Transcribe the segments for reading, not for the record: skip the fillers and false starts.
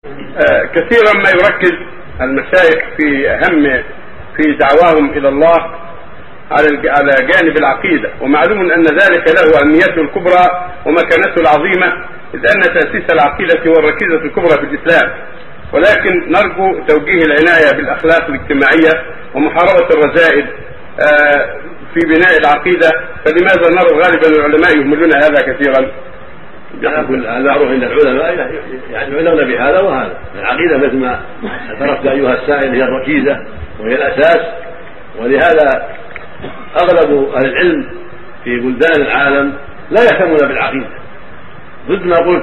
كثيرا ما يركز المشايخ في دعواهم الى الله على جانب العقيده، ومعلوم ان ذلك له اهميته الكبرى ومكانته العظيمه، اذ ان تاسيس العقيده هو الركيزه الكبرى في الاسلام. ولكن نرجو توجيه العنايه بالاخلاق الاجتماعيه ومحاربه الرذائل في بناء العقيده، فلماذا نرى غالبا العلماء يهملون هذا كثيرا؟ المعروف عند العلماء يعنون بهذا وهذا. العقيده مثل ما اعترفت ايها السائل هي الركيزه وهي الاساس، ولهذا اغلب اهل العلم في بلدان العالم لا يهتمون بالعقيده، ضد ما قلت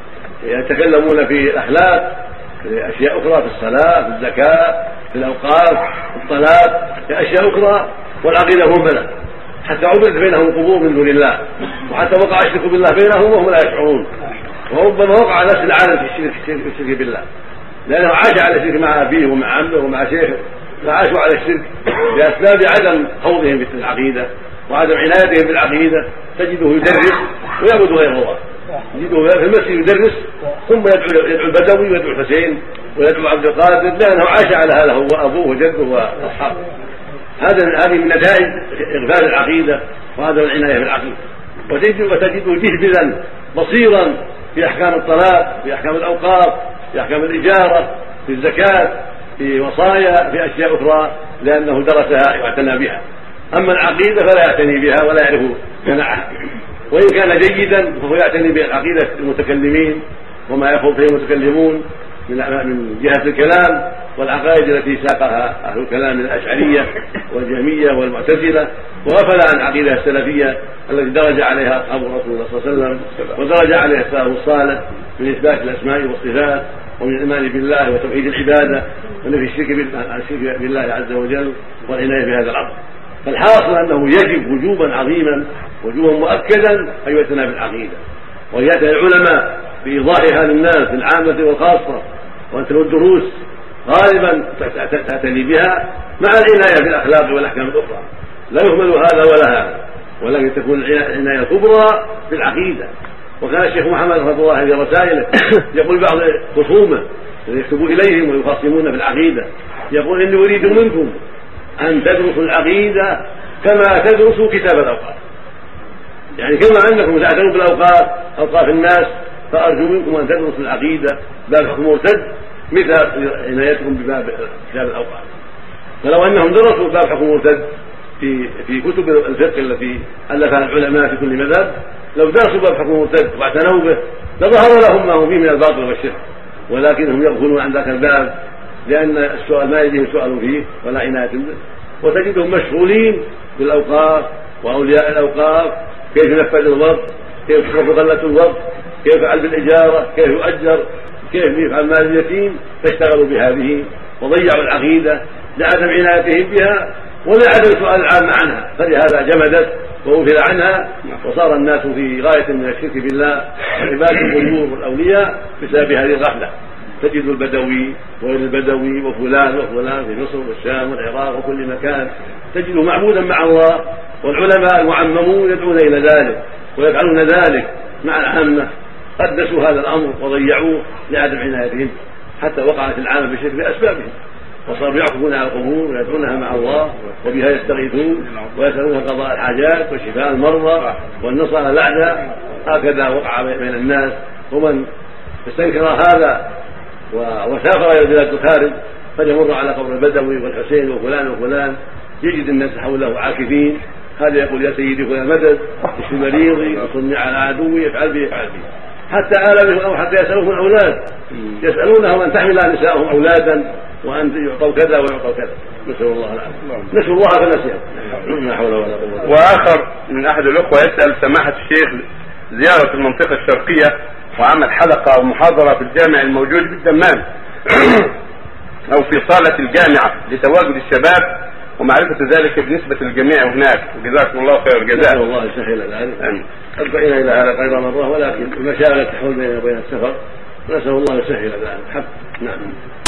يتكلمون في الاخلاق، في اشياء اخرى، في الصلاه، في الزكاه، في الاوقاف، في الطلاق، في اشياء اخرى، والعقيده مهمله حتى عبدت بينهم قبور من دون الله، وحتى وقع الشرك بالله بينهم وهم لا يشعرون، وربما وقع نفس العالم في الشرك بالله، لانه عاش على الشرك مع ابيه ومع عمه ومع شيخه، فعاشوا على الشرك باسباب عدم خوضهم في العقيده وعدم عنايتهم بالعقيده. تجده يدرس ويعبد غير الله، تجده في المسجد يدرس ثم يدعو البدوي ويدعو الحسين ويدعو عبد القادر، لانه عاش على هذا هو ابوه وجده واصحابه. هذه من نتائج اغفال العقيده وهذا العنايه بالعقيده. وتجده جهبذا بصيرا في احكام الطلاق، في احكام الاوقاف، في احكام الاجاره، في الزكاه، في وصايا، في اشياء اخرى، لانه درسها واعتنى بها. اما العقيده فلا يعتني بها ولا يعرف صنعها، وان كان جيدا فهو يعتني بعقيده المتكلمين وما يخوض فيه المتكلمون من جهه الكلام والعقائد التي ساقها اهل الكلام من الاشعريه والجهميه والمعتزله، وغفل عن العقيده السلفيه التي درج عليها اصحاب رسول الله صلى الله عليه وسلم ودرج عليها السلف الصالح من اثبات الاسماء والصفات ومن الايمان بالله وتوحيد العباده ونفي الشرك بالله عز وجل والعنايه بهذا الامر. فالحاصل انه يجب وجوبا عظيما وجوبا مؤكدا ان يعتنى بالعقيده، وياتي العلماء بايضاحها للناس العامه والخاصه، وان تكون الدروس غالبا تعتني بها مع العنايه بالاخلاق والاحكام الاخرى. لا يهمل هذا ولا هذا، ولكن تكون العنايه الكبرى بالعقيده. وكان الشيخ محمد رحمه الله في رسائله يقول بعض خصومه يكتبوا اليهم ويخاصمون في العقيده، يقول اني اريد منكم ان تدرسوا العقيده كما تدرسوا كتاب الاوقاف، يعني كما انكم تعتنون بالاوقاف اوقاف الناس، فارجو منكم ان تدرسوا العقيده باب حكم مرتد مثل عنايتكم بباب كتاب الاوقاف. فلو انهم درسوا باب حكم مرتد في كتب الفقه التي الفها العلماء في كل مذهب، لو درسوا باب حكم مرتد واعتنوا به لظهر لهم ما هو فيه من الباطل والشرك، ولكنهم يغفلون عن ذاك الباب لان السؤال ما يجيهم سؤال فيه ولا عنايه به، وتجدهم مشغولين بالاوقاف واولياء الاوقاف، كيف ينفذ الوقت، كيف تصرف غله الوقت، كيف يفعل بالاجاره، كيف يؤجر، كيف يفعل مال اليتيم، فاشتغلوا بهذه وضيعوا العقيده لعدم عنايتهم بها ولعدم سؤال العامه عنها، فلهذا جمدت وغفل عنها، وصار الناس في غايه من الشرك بالله وعباده القبور والاولياء بسبب هذه الغفله. تجد البدوي وغير البدوي وفلان وفلان في مصر والشام والعراق وكل مكان تجده معبودا مع الله، والعلماء المعممون يدعون الى ذلك ويفعلون ذلك مع العامه، قدسوا هذا الامر وضيعوه لعدم عنايتهم، حتى وقعت العامه بالشرك باسبابهم، وصاروا يعكفون على القبور ويدعونها مع الله وبها يستغيثون ويسالون قضاء الحاجات وشفاء المرضى والنصر على الاعداء. هكذا وقع بين الناس، ومن استنكر هذا وسافر الى بلاد الخارج فليمر على قبر البدوي والحسين وفلان وفلان يجد الناس حوله عاكفين، هذا يقول يا سيدي فلان مدد، اشفي مريضي، وصلني على عدوي، افعل به افعل به، حتى آل بهم او حتى يسالوهم الاولاد، يسالونهم ان تحمل نساءهم اولادا وان يعطوا كذا ويعطوا كذا، نسال الله العافيه، نسال الله فنسيهم، لا حول ولا قوه. واخر من احد الاخوه يسال سماحه الشيخ زياره المنطقه الشرقيه وعمل حلقه او محاضره في الجامع الموجود بالدمام او في صاله الجامعه لتواجد الشباب ومعرفه ذلك بالنسبه للجميع هناك، وجزاكم الله خير الجزاء. نسال الله يسهل ذلك. ألقينا إلى هذا غير مرة، ولكن المشاغل تحول بيننا وبين السفر، نسأل الله يسهل ذلك. نعم.